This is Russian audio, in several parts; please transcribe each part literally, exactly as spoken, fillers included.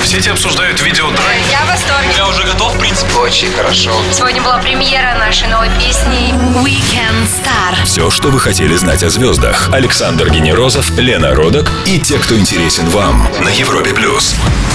сети обсуждают видеотрек. Я в восторге. Я уже готов, в принципе. Очень хорошо. Сегодня была премьера нашей новой песни Weekend Star. Все, что вы хотели знать о звездах. Александр Генерозов, Лена Родок и те, кто интересен вам на Европе плюс.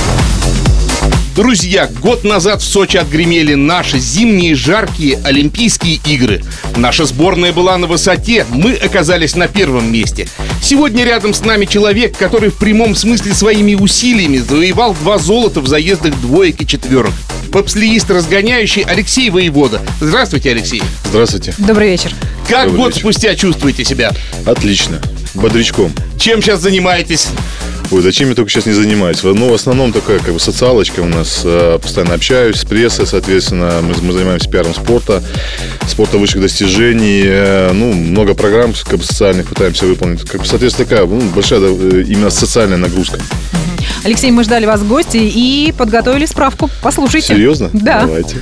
Друзья, год назад в Сочи отгремели наши зимние жаркие Олимпийские игры. Наша сборная была на высоте, мы оказались на первом месте. Сегодня рядом с нами человек, который в прямом смысле своими усилиями завоевал два золота в заездах двоек и четверок. Бобслеист разгоняющий Алексей Воевода. Здравствуйте, Алексей. Здравствуйте. Добрый вечер. Как Добрый год вечер. спустя чувствуете себя? Отлично. Бодрячком. Чем сейчас занимаетесь? Ой, зачем я только сейчас не занимаюсь? Ну, в основном такая как бы социалочка у нас. Э, постоянно общаюсь с прессой, соответственно. Мы, мы занимаемся пиаром спорта, спорта высших достижений. Э, ну, много программ как бы, социальных пытаемся выполнить. Как бы, соответственно, такая ну, большая да, именно социальная нагрузка. Алексей, мы ждали вас в гости и подготовили справку. Послушайте. Серьезно? Да. Давайте.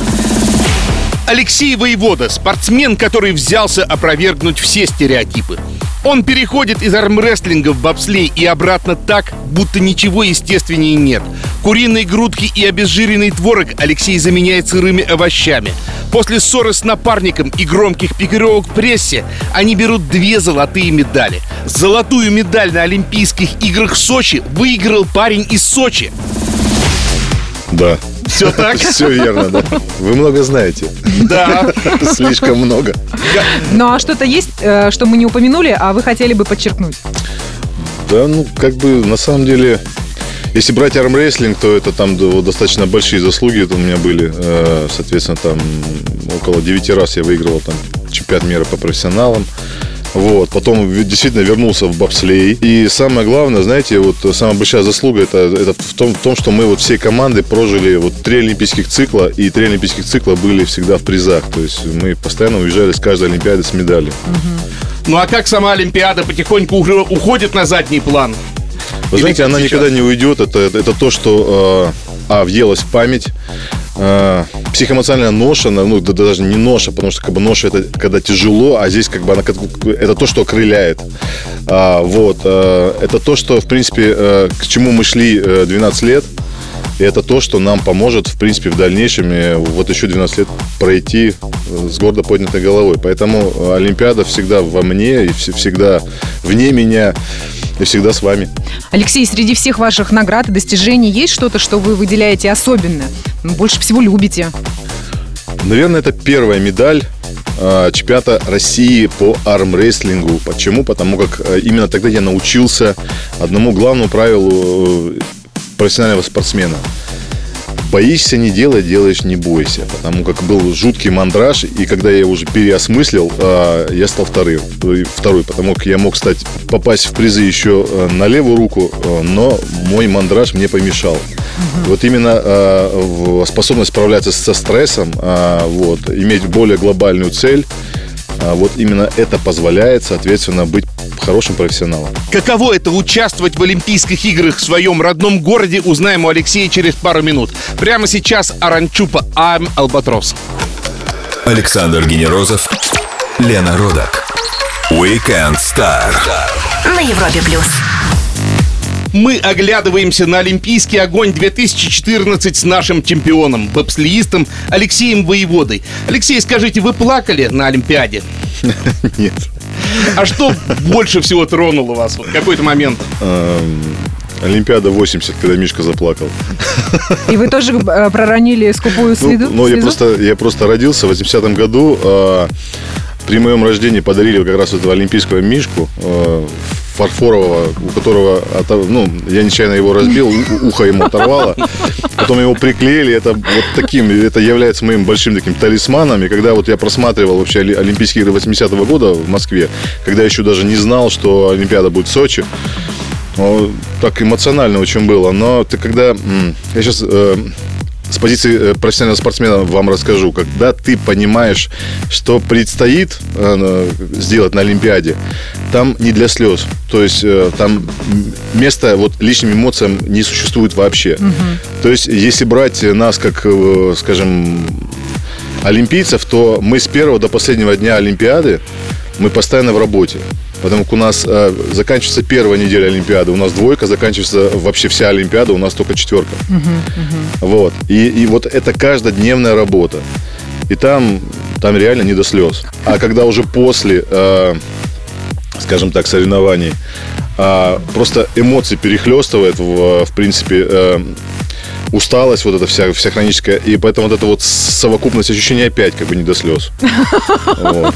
Алексей Воевода – спортсмен, который взялся опровергнуть все стереотипы. Он переходит из армрестлинга в бобслей и обратно так, будто ничего естественнее нет. Куриные грудки и обезжиренный творог Алексей заменяет сырыми овощами. После ссоры с напарником и громких пикировок в прессе они берут две золотые медали. Золотую медаль на Олимпийских играх в Сочи выиграл парень из Сочи. Да. Все так? Все верно, да. Вы много знаете. Да. Слишком много. Ну а что-то есть, э, что мы не упомянули, а вы хотели бы подчеркнуть? Да, ну, как бы, на самом деле, если брать армрестлинг, то это там да, достаточно большие заслуги это у меня были. Э, Соответственно, там около девяти раз я выигрывал там чемпионат мира по профессионалам. Вот, потом действительно вернулся в бобслей. И самое главное, знаете, вот самая большая заслуга это, это в, том, в том, что мы вот всей командой прожили вот три олимпийских цикла, и три олимпийских цикла были всегда в призах. То есть мы постоянно уезжали с каждой олимпиады с медалью. Ну а как сама Олимпиада потихоньку уже уходит на задний план? Вы Или знаете, она сейчас? никогда не уйдет. Это, это, это то, что э, а, въелось в память. Э, психоэмоциональная ноша, ну да, даже не ноша, потому что как бы ноша это когда тяжело, а здесь как бы она это то, что окрыляет. А, вот э, это то, что в принципе э, к чему мы шли э, двенадцать лет. И это то, что нам поможет, в принципе, в дальнейшем э, вот еще двенадцать лет пройти э, с гордо поднятой головой. Поэтому Олимпиада всегда во мне и вс- всегда вне меня и всегда с вами. Алексей, среди всех ваших наград и достижений есть что-то, что вы выделяете особенно? Больше всего любите? Наверное, это первая медаль э, чемпионата России по армрестлингу. Почему? Потому как э, именно тогда я научился одному главному правилу э, профессионального спортсмена. Боишься не делай, делаешь не бойся. Потому как был жуткий мандраж, и когда я уже переосмыслил, э, я стал вторым, второй. Потому как я мог стать, попасть в призы еще э, на левую руку, э, но мой мандраж мне помешал. Uh-huh. Вот именно э, способность справляться со стрессом, э, вот, иметь более глобальную цель, э, вот именно это позволяет, соответственно, быть хорошим профессионалом. Каково это участвовать в Олимпийских играх в своем родном городе, узнаем у Алексея через пару минут. Прямо сейчас Аранчупа «I'm Albatross». Александр Генерозов, Лена Родок. Weekend Star На Европе плюс. Мы оглядываемся на Олимпийский огонь две тысячи четырнадцать с нашим чемпионом, бобслеистом Алексеем Воеводой. Алексей, скажите, вы плакали на Олимпиаде? Нет. А что больше всего тронуло вас в какой-то момент? Олимпиада восемьдесят, когда Мишка заплакал. И вы тоже э, проронили скупую слезу? Ну, ну я, просто, я просто родился в восьмидесятом году. Э, при моем рождении подарили как раз этого олимпийского Мишку э, фарфорового, у которого, ну, я нечаянно его разбил, ухо ему оторвало. Потом его приклеили. Это вот таким, это является моим большим таким талисманом. И когда вот я просматривал вообще Олимпийские игры восьмидесятого года в Москве, когда я еще даже не знал, что Олимпиада будет в Сочи, ну, так эмоционально очень было. Но ты когда... Я сейчас э, с позиции профессионального спортсмена вам расскажу. Когда ты понимаешь, что предстоит э, сделать на Олимпиаде, там не для слез. То есть э, там места вот лишним эмоциям не существует вообще. Угу. То есть если брать нас как, э, скажем, олимпийцев, то мы с первого до последнего дня Олимпиады мы постоянно в работе. Потому как у нас э, заканчивается первая неделя Олимпиады, у нас двойка, заканчивается вообще вся Олимпиада, у нас только четверка. Uh-huh, uh-huh. Вот. И, и вот это каждодневная работа. И там, там реально не до слез. А когда уже после, э, скажем так, соревнований, э, просто эмоции перехлестывает, в, в принципе, э, усталость вот эта вся, вся хроническая, и поэтому вот эта вот совокупность ощущений опять как бы не до слез. Вот.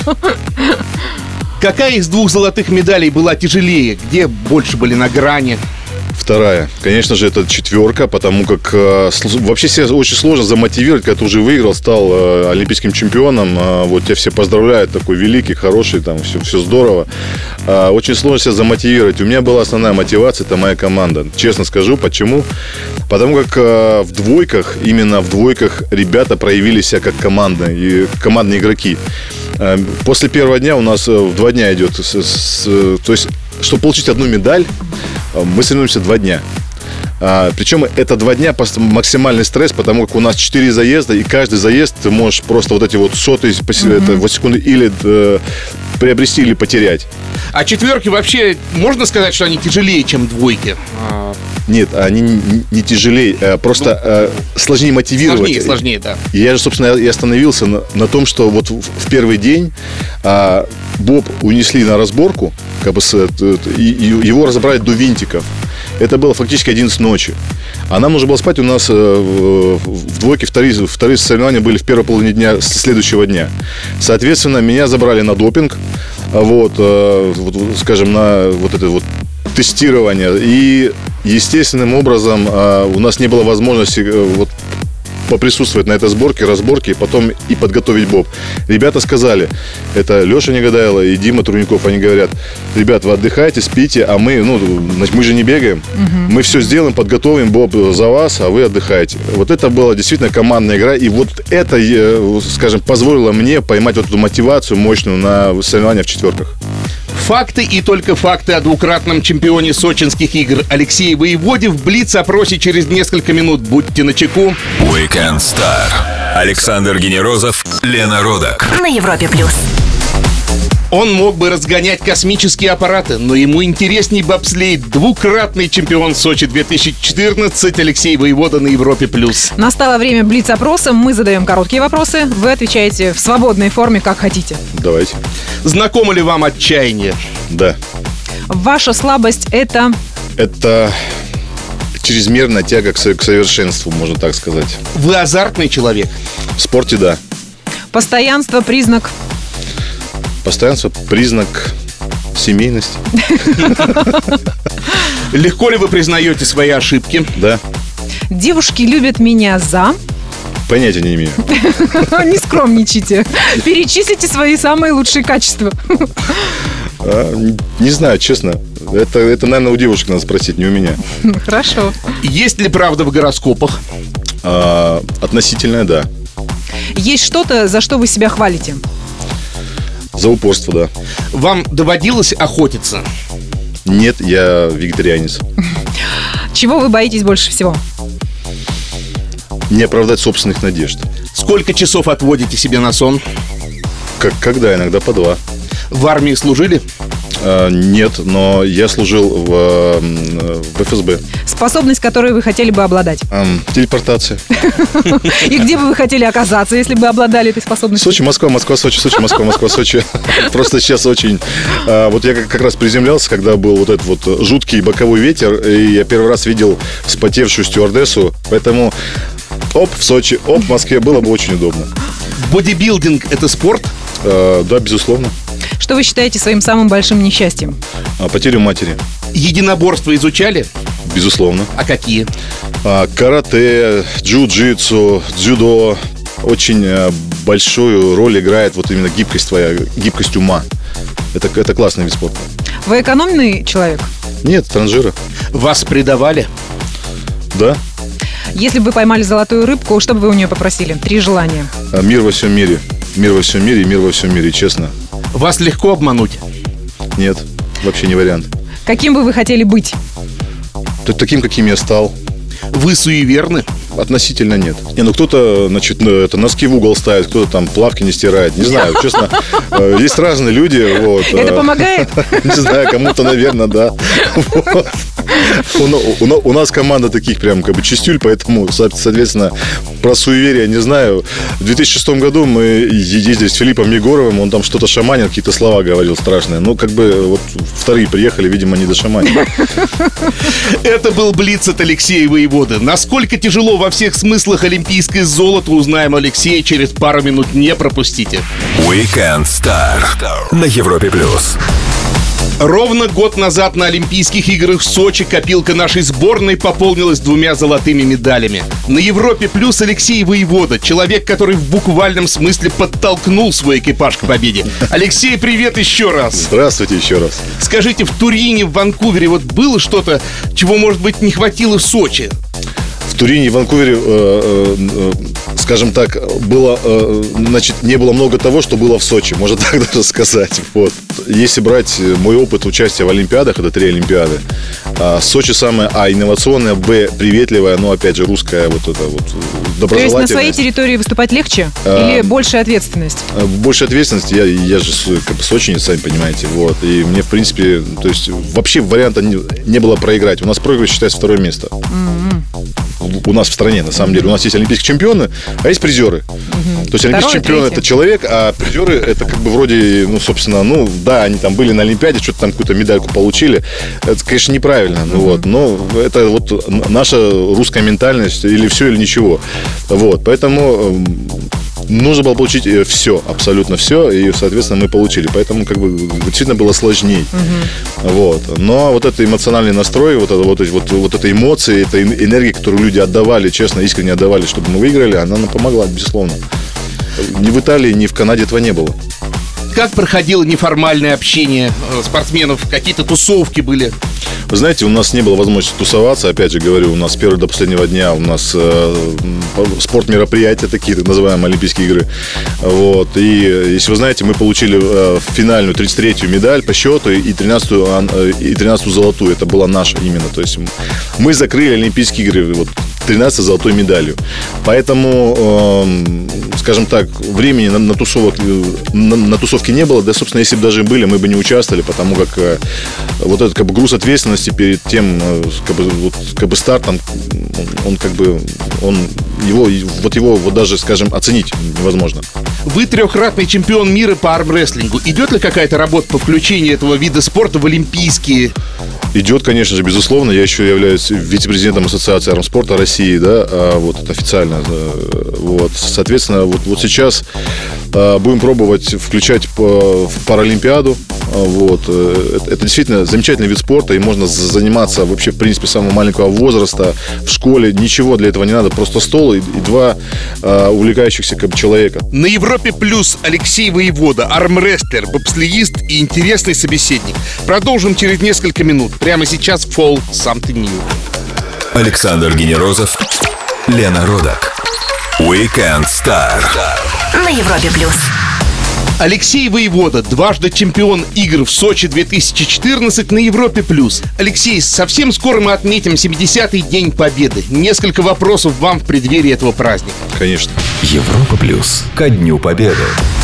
Какая из двух золотых медалей была тяжелее? Где больше были на грани? Вторая. Конечно же, это четверка, потому как э, вообще себя очень сложно замотивировать, когда ты уже выиграл, стал э, олимпийским чемпионом. Э, вот тебя все поздравляют, такой великий, хороший, там все, все здорово. Э, очень сложно себя замотивировать. У меня была основная мотивация, это моя команда. Честно скажу, почему? Потому как э, в двойках, именно в двойках ребята проявили себя как команда, и командные игроки. Э, после первого дня у нас в два дня идет, с, с, то есть, чтобы получить одну медаль, мы соревнуемся два дня. А, причем это два дня максимальный стресс, потому как у нас четыре заезда, и каждый заезд ты можешь просто вот эти вот сотые mm-hmm. это, вот секунды или э, приобрести, или потерять. А четверки вообще, можно сказать, что они тяжелее, чем двойки? Нет, они не, не тяжелее, а просто ну, э, сложнее мотивировать. Сложнее, сложнее, да. И я же, собственно, и остановился на, на том, что вот в, в первый день э, Боб унесли на разборку, как бы с, и, и его разобрали до винтиков. Это было фактически одиннадцать ночи. А нам нужно было спать. У нас э, в двойке вторые, вторые соревнования были в первой половине дня следующего дня. Соответственно, меня забрали на допинг. Вот, э, вот скажем, на вот это вот тестирование. И естественным образом э, у нас не было возможности э, вот, поприсутствовать на этой сборке, разборке, потом и подготовить Боб. Ребята сказали, это Леша Негодайло и Дима Трунников, они говорят: ребят, вы отдыхайте, спите, а мы, ну, мы же не бегаем, угу. мы все сделаем, подготовим Боб за вас, а вы отдыхаете. Вот это была действительно командная игра, и вот это, скажем, позволило мне поймать вот эту мотивацию мощную на соревнованиях в четверках. Факты и только факты о двукратном чемпионе сочинских игр Алексее Воеводе в Блиц-опросе через несколько минут. Будьте начеку. Weekend Star. Александр Генерозов, Лена Родок. На Европе плюс. Он мог бы разгонять космические аппараты, но ему интересней бобслей. Двукратный чемпион Сочи две тысячи четырнадцать Алексей Воевода на Европе плюс. Настало время блиц-опроса. Мы задаем короткие вопросы. Вы отвечаете в свободной форме, как хотите. Давайте. Знакомо ли вам отчаяние? Да. Ваша слабость — это... Это чрезмерная тяга к совершенству, можно так сказать. Вы азартный человек? В спорте, да. Постоянство — признак... Постоянство – признак семейности. Легко ли вы признаете свои ошибки? Да. Девушки любят меня за... Понятия не имею. Не скромничайте. Перечислите свои самые лучшие качества. А, не знаю, честно. Это, это, наверное, у девушек надо спросить, не у меня. Хорошо. Есть ли правда в гороскопах? А, относительная, да. Есть что-то, за что вы себя хвалите? За упорство, да. Вам доводилось охотиться? Нет, я вегетарианец. Чего вы боитесь больше всего? Не оправдать собственных надежд. Сколько часов отводите себе на сон? Как, когда? Иногда по два. В армии служили? А, нет, но я служил в, в эф эс бэ. Способность, которой вы хотели бы обладать? А, телепортация. И где бы вы хотели оказаться, если бы обладали этой способностью? Сочи, Москва, Москва, Сочи, Сочи, Москва, Москва, Сочи. Просто сейчас очень... Вот я как раз приземлялся, когда был вот этот вот жуткий боковой ветер, и я первый раз видел вспотевшую стюардессу, поэтому оп, в Сочи, оп, в Москве, было бы очень удобно. Бодибилдинг – это спорт? Да, безусловно. Что вы считаете своим самым большим несчастьем? Потерю матери. Единоборства изучали? Безусловно. А какие? Карате, джиу-джитсу, дзюдо. Очень большую роль играет вот именно гибкость твоя, гибкость ума. Это, это классный вид спорта. Вы экономный человек? Нет, транжира. Вас предавали? Да. Если бы вы поймали золотую рыбку, что бы вы у нее попросили? Три желания. Мир во всем мире. Мир во всем мире и мир во всем мире, честно. Вас легко обмануть? Нет, вообще не вариант. Каким бы вы хотели быть? Таким, каким я стал. Вы суеверны? относительно нет. Не, ну кто-то, значит, это носки в угол ставит, кто-то там плавки не стирает. Не знаю, честно. Есть разные люди. Вот. Это помогает? Не знаю, кому-то, наверное, да. Вот. У, у, у нас команда таких прям как бы чистюль, поэтому, соответственно, про суеверие не знаю. В две тысячи шестом году мы ездили с Филиппом Егоровым, он там что-то шаманил, какие-то слова говорил страшные. Ну, как бы вот вторые приехали, видимо, не до шаманили. Это был Блиц от Алексея Воеводы. Насколько тяжело во всех смыслах олимпийское золото, узнаем Алексея через пару минут. Не пропустите. Weekend Star на Европе плюс. Ровно год назад на Олимпийских играх в Сочи копилка нашей сборной пополнилась двумя золотыми медалями. На Европе плюс Алексей Воевода, человек, который в буквальном смысле подтолкнул свой экипаж к победе. Алексей, привет еще раз. Здравствуйте еще раз. Скажите, в Турине, в Ванкувере вот было что-то, чего, может быть, не хватило в Сочи? В Турине и Ванкувере, э, э, скажем так, было, э, значит, не было много того, что было в Сочи, можно так даже сказать. Вот. Если брать мой опыт участия в Олимпиадах, это три Олимпиады, а Сочи самая, а, инновационная, б, приветливая, ну, опять же, русская вот это вот доброжелательность. То есть на своей территории выступать легче? А, или больше ответственность? Больше ответственности, я, я же как бы сочинец, сами понимаете, вот, и мне, в принципе, то есть вообще варианта не, не было проиграть. У нас проигрыш считается второе место. Mm-hmm. У нас в стране, на самом деле. У нас есть олимпийские чемпионы, а есть призеры. Mm-hmm. То есть олимпийский чемпион – это человек, а призеры – это как бы вроде, ну, собственно, ну, да, они там были на Олимпиаде, что-то там какую-то медальку получили. Это, конечно, неправильно, mm-hmm. ну, вот, но это вот наша русская ментальность, или все, или ничего. Вот, поэтому нужно было получить все, абсолютно все, и, соответственно, мы получили. Поэтому, как бы, действительно было сложнее. Uh-huh. Вот. Но вот этот эмоциональный настрой, вот, это, вот, вот, вот эта эмоция, эта энергия, которую люди отдавали, честно, искренне отдавали, чтобы мы выиграли, она нам помогла, безусловно. Ни в Италии, ни в Канаде этого не было. Как проходило неформальное общение спортсменов? Какие-то тусовки были? Вы знаете, у нас не было возможности тусоваться. Опять же говорю, у нас с первого до последнего дня у нас э, спорт-мероприятия такие, так называемые Олимпийские игры. Вот. И, если вы знаете, мы получили э, финальную тридцать третью медаль по счету и тринадцатую, э, и тринадцатую золотую. Это была наша именно. То есть мы закрыли Олимпийские игры вот, тринадцатой золотой медалью. Поэтому, э, скажем так, времени на, на, тусовок, на, на тусовки не было. Да, собственно, если бы даже были, мы бы не участвовали, потому как э, вот этот как бы, груз ответственности перед тем как бы, вот, как бы стартом, он, он как бы он его вот его вот даже, скажем, оценить невозможно. Вы трехкратный чемпион мира по армрестлингу. Идет ли какая-то работа по включению этого вида спорта в олимпийские? Идет, конечно же, безусловно. Я еще являюсь вице-президентом Ассоциации армспорта России, да, а вот это официально. Вот, соответственно, вот, вот сейчас а, будем пробовать включать по, в Паралимпиаду. Вот. Это, это действительно замечательный вид спорта, и можно заниматься вообще, в принципе, с самого маленького возраста в школе. Ничего для этого не надо, просто стол и, и два а, увлекающихся как бы, человека. На Европе плюс Алексей Воевода, армрестлер, бобслеист и интересный собеседник. Продолжим через несколько минут. Прямо сейчас Fall Something New. Александр Генерозов, Лена Родак. Weekend Star на Европе плюс. Алексей Воевода, дважды чемпион игр в Сочи две тысячи четырнадцать на Европе плюс. Алексей, совсем скоро мы отметим семидесятый день Победы. Несколько вопросов вам в преддверии этого праздника. Конечно. Европа плюс ко Дню Победы.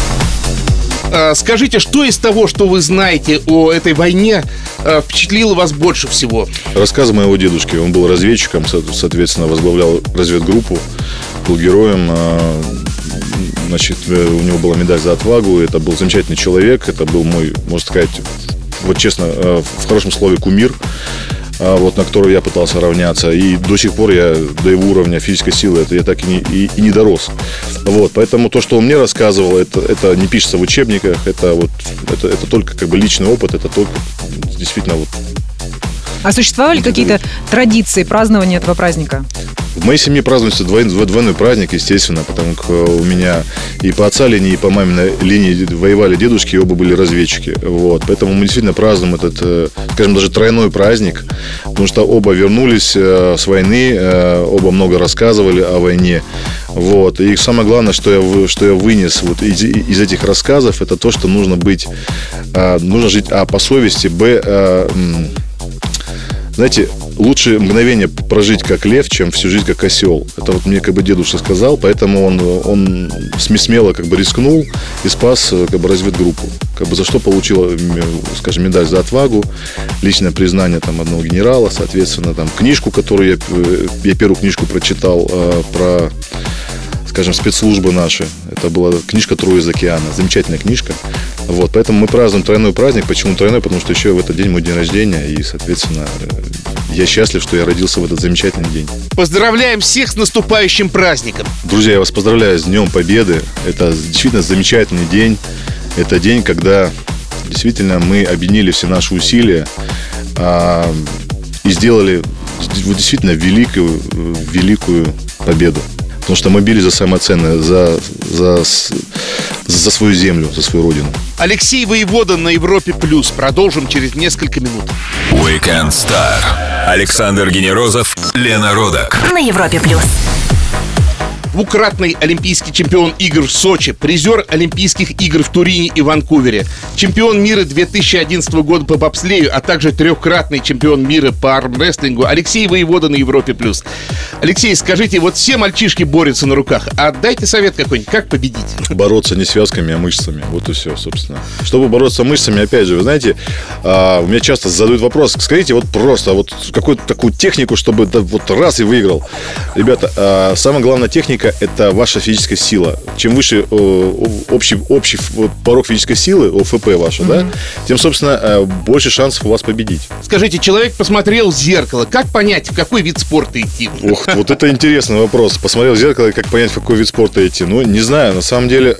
А, скажите, что из того, что вы знаете о этой войне, а, впечатлило вас больше всего? Рассказы моего дедушки. Он был разведчиком, соответственно, возглавлял разведгруппу, был героем. Значит, у него была медаль за отвагу. Это был замечательный человек. Это был мой, можно сказать, вот честно, в хорошем слове кумир, вот, на которого я пытался равняться. И до сих пор я до его уровня физической силы это я так и не, и, и не дорос. Вот, поэтому то, что он мне рассказывал, это, это не пишется в учебниках. Это, вот, это, это только как бы личный опыт. Это только действительно вот. А существовали какие-то традиции празднования этого праздника? В моей семье празднуется двойной, двойной праздник, естественно, потому как у меня и по отца линии, и по маминой линии воевали дедушки, и оба были разведчики. Вот. Поэтому мы действительно празднуем этот, скажем, даже тройной праздник, потому что оба вернулись с войны, оба много рассказывали о войне. Вот. И самое главное, что я, что я вынес вот из, из этих рассказов, это то, что нужно быть, нужно жить, а, по совести, б, знаете, лучше мгновение прожить как лев, чем всю жизнь как осел. Это вот мне как бы дедушка сказал, поэтому он, он смело как бы рискнул и спас как бы разведгруппу. Как бы за что получил, скажем, медаль за отвагу, личное признание там одного генерала, соответственно, там книжку, которую я, я первую книжку прочитал э, про, скажем, спецслужбы наши. Это была книжка «Трое из океана». Замечательная книжка. Вот, поэтому мы празднуем тройной праздник. Почему тройной? Потому что еще в этот день мой день рождения. И, соответственно, я счастлив, что я родился в этот замечательный день. Поздравляем всех с наступающим праздником. Друзья, я вас поздравляю с Днем Победы. Это действительно замечательный день. Это день, когда действительно мы объединили все наши усилия а, и сделали действительно великую, великую победу. Потому что мы бились за самое ценное, за, за, за свою землю, за свою родину. Алексей Воевода на Европе Плюс. Продолжим через несколько минут. Weekend Star. Александр Генерозов, Лена Родок. На Европе Плюс. Двукратный олимпийский чемпион игр в Сочи, призер Олимпийских игр в Турине и Ванкувере, чемпион мира две тысячи одиннадцатого года по бобслею, а также трехкратный чемпион мира по армрестлингу Алексей Воевода на Европе Плюс. Алексей, скажите, вот все мальчишки борются на руках, а дайте совет какой-нибудь, как победить? Бороться не связками, а мышцами. Вот и все, собственно. Чтобы бороться мышцами, опять же, вы знаете, у меня часто задают вопрос, скажите вот просто, вот какую-то такую технику, чтобы да, вот раз и выиграл. Ребята, самая главная техника – это ваша физическая сила. Чем выше общий, общий порог физической силы, О Ф П ваша, mm-hmm. да, тем, собственно, больше шансов у вас победить. Скажите, человек посмотрел в зеркало, как понять, в какой вид спорта идти? Ох, вот это интересный вопрос. Посмотрел в зеркало, как понять, в какой вид спорта идти. Ну, не знаю, на самом деле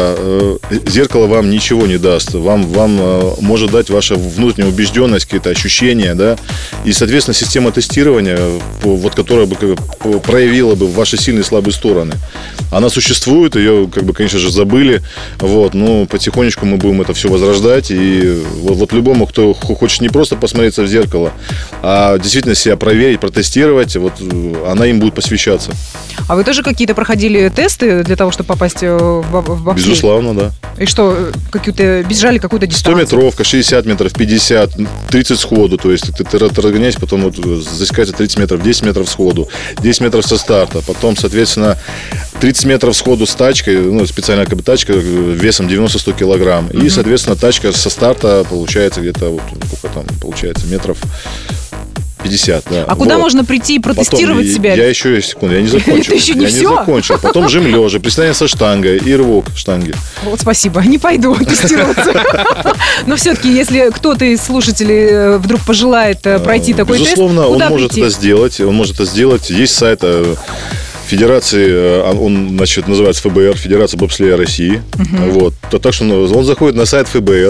зеркало вам ничего не даст. Вам, вам может дать ваша внутренняя убежденность, какие-то ощущения, да, и, соответственно, система тестирования, вот, которая бы проявила бы ваши сильные и слабые стороны. Она существует, ее, как бы, конечно же, забыли. Вот, но потихонечку мы будем это все возрождать. И вот, вот любому, кто хочет не просто посмотреться в зеркало, а действительно себя проверить, протестировать, вот она им будет посвящаться. А вы тоже какие-то проходили тесты для того, чтобы попасть в, в бобслей? Безусловно, да. И что, какие-то бежали какую-то дистанцию? сто метровка, шестьдесят метров, пятьдесят, тридцать сходу. То есть ты, ты, ты разгоняешься, потом вот засекается тридцать метров, десять метров сходу, десять метров со старта. Потом, соответственно, тридцать метров сходу с тачкой, ну, специальная как бы тачка весом девяносто-сто килограмм. Mm-hmm. И, соответственно, тачка со старта получается где-то, вот, сколько там получается, метров пятьдесят, да. А куда вот. Можно прийти и протестировать Потом, себя? Я, я еще, секунду, я не закончил. Это еще не я все? не закончил. Потом жим лежа, приседание со штангой и рывок штанги. Вот спасибо, не пойду тестироваться. Но все-таки, если кто-то из слушателей вдруг пожелает пройти такой тест, безусловно, он может это сделать. Он может это сделать. Есть сайт Федерации, он, значит, называется Ф Б Р, Федерация бобслея России. Uh-huh. Вот. Так что он заходит на сайт Ф Б Р.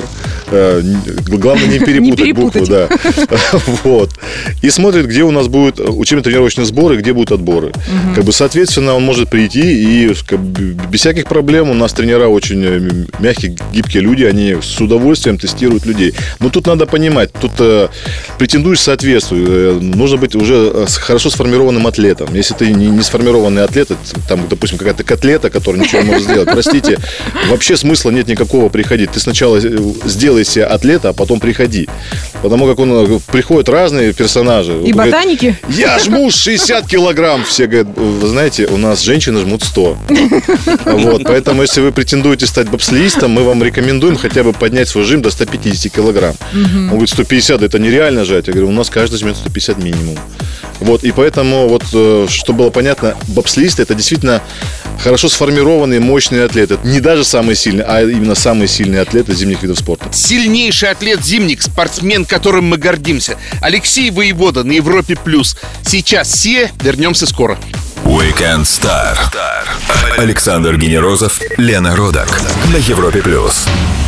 Главное не перепутать, не перепутать. букву, да. Вот. И смотрит, где у нас будут учебно-тренировочные сборы, где будут отборы. Uh-huh. Как бы, соответственно, он может прийти и как бы, без всяких проблем. У нас тренера очень мягкие, гибкие люди, они с удовольствием тестируют людей. Но тут надо понимать, тут э, претендуешь соответствую. Нужно быть уже хорошо сформированным атлетом. Если ты не, не сформирован атлет, там, допустим, какая-то котлета, которая ничего не может сделать, простите, вообще смысла нет никакого приходить. Ты сначала сделай себе атлета, а потом приходи. Потому как он приходят разные персонажи. И он ботаники? Говорит, я жму шестьдесят килограмм. Все говорят, вы знаете, у нас женщины жмут сто. Вот, поэтому, если вы претендуете стать бобслеистом, мы вам рекомендуем хотя бы поднять свой жим до сто пятьдесят килограмм. Он говорит, сто пятьдесят, это нереально жать. Я говорю, у нас каждый жмет сто пятьдесят минимум. Вот, и поэтому, вот, чтобы было понятно, бобслеисты — это действительно хорошо сформированные, мощные атлеты. Это не даже самые сильные, а именно самые сильные атлеты зимних видов спорта. Сильнейший атлет-зимник, спортсмен, которым мы гордимся. Алексей Воевода на Европе Плюс. Сейчас все, вернемся скоро. Weekend Star. Александр Генерозов, Лена Родок на Европе Плюс.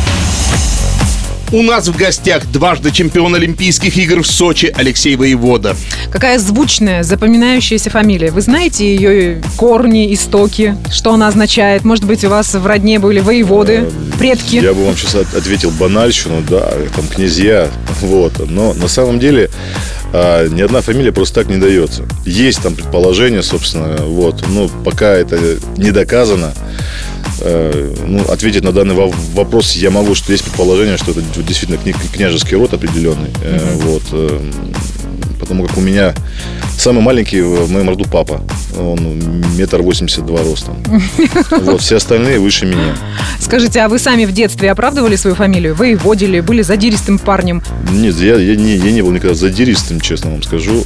У нас в гостях дважды чемпион Олимпийских игр в Сочи Алексей Воевода. Какая звучная, запоминающаяся фамилия. Вы знаете ее корни, истоки, что она означает? Может быть, у вас в родне были воеводы, предки? Я бы вам сейчас ответил банальщину, да, там князья, вот. Но на самом деле ни одна фамилия просто так не дается. Есть там предположение, собственно, вот. Но пока это не доказано, ну, ответить на данный вопрос я могу, что есть предположение, что это действительно княжеский род определенный. Mm-hmm. Вот. потому как у меня самый маленький в моем роду папа. Он метр восемьдесят два ростом. Вот, все остальные выше меня. Скажите, а вы сами в детстве оправдывали свою фамилию? Воеводили, были задиристым парнем? Нет, я, я, не, я не был никогда задиристым, честно вам скажу.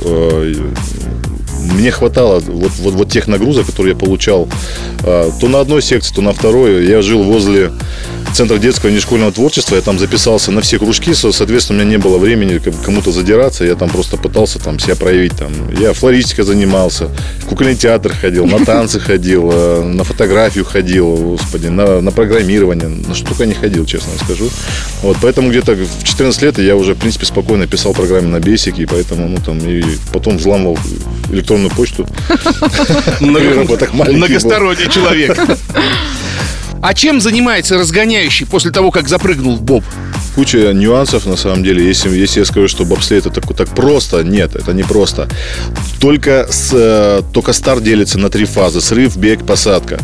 Мне хватало вот, вот, вот тех нагрузок, которые я получал то на одной секции, то на второй. Я жил возле Центра детского и нешкольного творчества. Я там записался на все кружки. Соответственно, у меня не было времени кому-то задираться. Я там просто пытался там себя проявить. Там. Я флористикой занимался, в кукольный театр ходил, на танцы ходил, на фотографию ходил, господи, на, на программирование. На что только не ходил, честно скажу. Вот, поэтому где-то в четырнадцать лет я уже, в принципе, спокойно писал программы на бейсике. И поэтому, ну, там, и потом взламывал электронную почту. Многосторонний человек. А чем занимается разгоняющий после того, как запрыгнул в боб? Куча нюансов, на самом деле. Если, если я скажу, что бобслей это так, так просто, нет, это не просто. Только, с, только старт делится на три фазы. Срыв, бег, посадка.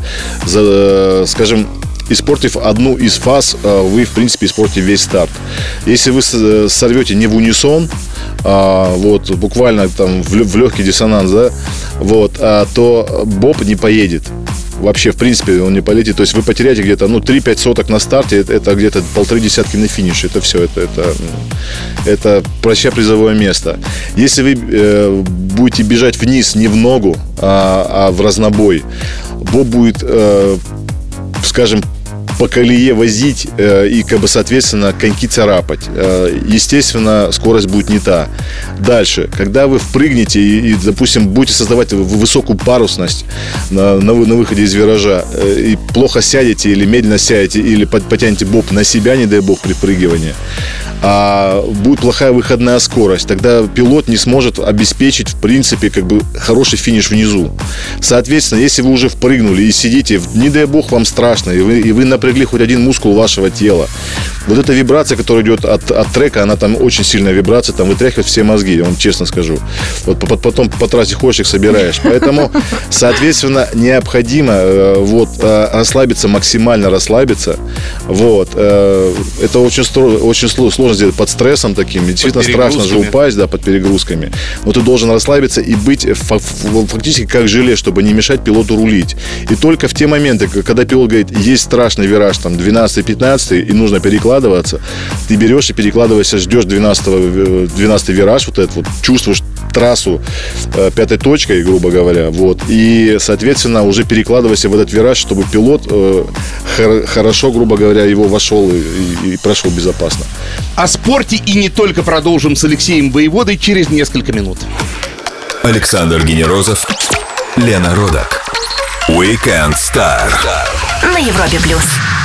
За, скажем, испортив одну из фаз, вы, в принципе, испортите весь старт. Если вы сорвете не в унисон, а, вот, буквально там в, в легкий диссонанс, да, вот, а, то боб не поедет. Вообще, в принципе, он не полетит. То есть вы потеряете где-то, ну, три-пять соток на старте. Это, это где-то полторы десятки на финише. Это все, это, это, это прощай призовое место. Если вы э, будете бежать вниз не в ногу, а, а в разнобой, боб будет, э, скажем, по колее возить э, и, как бы, соответственно, коньки царапать. Э, естественно, скорость будет не та. Дальше, когда вы впрыгнете и, и допустим, будете создавать высокую парусность на, на, на выходе из виража, э, и плохо сядете или медленно сядете, или потянете боб на себя, не дай бог, при впрыгивании, а будет плохая выходная скорость. Тогда пилот не сможет обеспечить, в принципе, как бы, хороший финиш внизу. Соответственно, если вы уже впрыгнули и сидите, не дай бог, вам страшно, и вы, и вы напрягли хоть один мускул вашего тела, вот эта вибрация, которая идет от, от трека, она там очень сильная вибрация, там вытряхивает все мозги, я вам честно скажу. Вот потом по трассе ходишь, их собираешь. Поэтому, соответственно, необходимо вот расслабиться, максимально расслабиться. Вот. Это очень, очень сложно сделать под стрессом таким. Действительно страшно же упасть, да, под перегрузками. Но ты должен расслабиться и быть фактически как желе, чтобы не мешать пилоту рулить. И только в те моменты, когда пилот говорит, есть страшный вираж, там, двенадцатый-пятнадцатый, и нужно перекладываться, ты берешь и перекладываешься, ждешь двенадцатого, двенадцатый вираж, вот этот вот, чувствуешь трассу э, пятой точкой, грубо говоря, вот, и, соответственно, уже перекладывайся в этот вираж, чтобы пилот э, хор- хорошо, грубо говоря, его вошел и, и, и прошел безопасно. О спорте и не только продолжим с Алексеем Воеводой через несколько минут. Александр Генерозов, Лена Родак. Weekend Star На Европе плюс.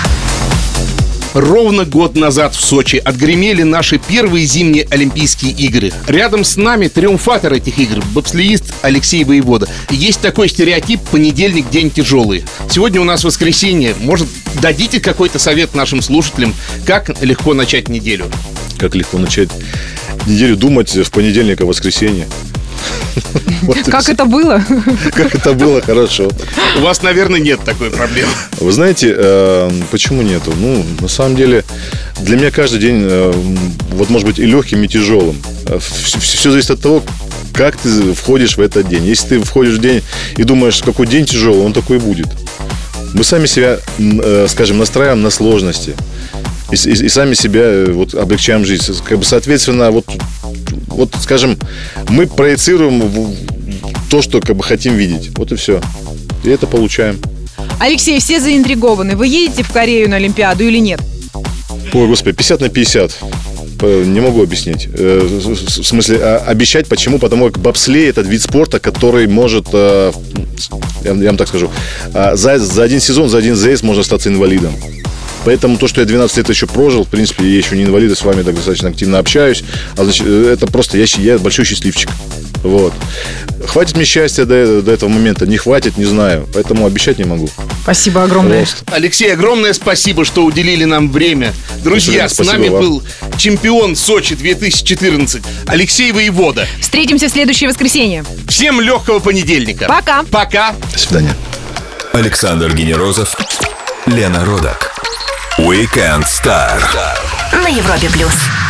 Ровно год назад в Сочи отгремели наши первые зимние Олимпийские игры. Рядом с нами триумфатор этих игр, бобслеист Алексей Воевода. Есть такой стереотип: понедельник — день тяжелый. Сегодня у нас воскресенье. Может, дадите какой-то совет нашим слушателям, как легко начать неделю? Как легко начать неделю думать в понедельник о воскресенье. Вот как это было? Как это было, хорошо. У вас, наверное, нет такой проблемы. Вы знаете, э, почему нету? Ну, на самом деле, для меня каждый день, э, вот, может быть, и легким, и тяжелым. Все, все зависит от того, как ты входишь в этот день. Если ты входишь в день и думаешь, какой день тяжелый, он такой и будет. Мы сами себя, э, скажем, настраиваем на сложности. И, и, и сами себя вот облегчаем жизнь. Как бы, соответственно, вот, вот, скажем, мы проецируем то, что, как бы, хотим видеть. Вот и все. И это получаем. Алексей, все заинтригованы. Вы едете в Корею на Олимпиаду или нет? Ой, господи, пятьдесят на пятьдесят. Не могу объяснить. В смысле, обещать. Почему? Потому как бобслей — это вид спорта, который может, я вам так скажу, за, за один сезон, за один заезд можно статься инвалидом. Поэтому то, что я двенадцать лет еще прожил, в принципе, я еще не инвалид, и с вами так достаточно активно общаюсь. А значит, это просто я, я большой счастливчик. Вот. Хватит мне счастья до, до этого момента? Не хватит, не знаю. Поэтому обещать не могу. Спасибо огромное. Пожалуйста. Алексей, огромное спасибо, что уделили нам время. Друзья, Спасибо, с нами вам. был чемпион Сочи две тысячи четырнадцать Алексей Воевода. Встретимся в следующее воскресенье. Всем легкого понедельника. Пока. Пока. До свидания. Александр Генерозов, Лена Родак. Weekend Star На Европе плюс.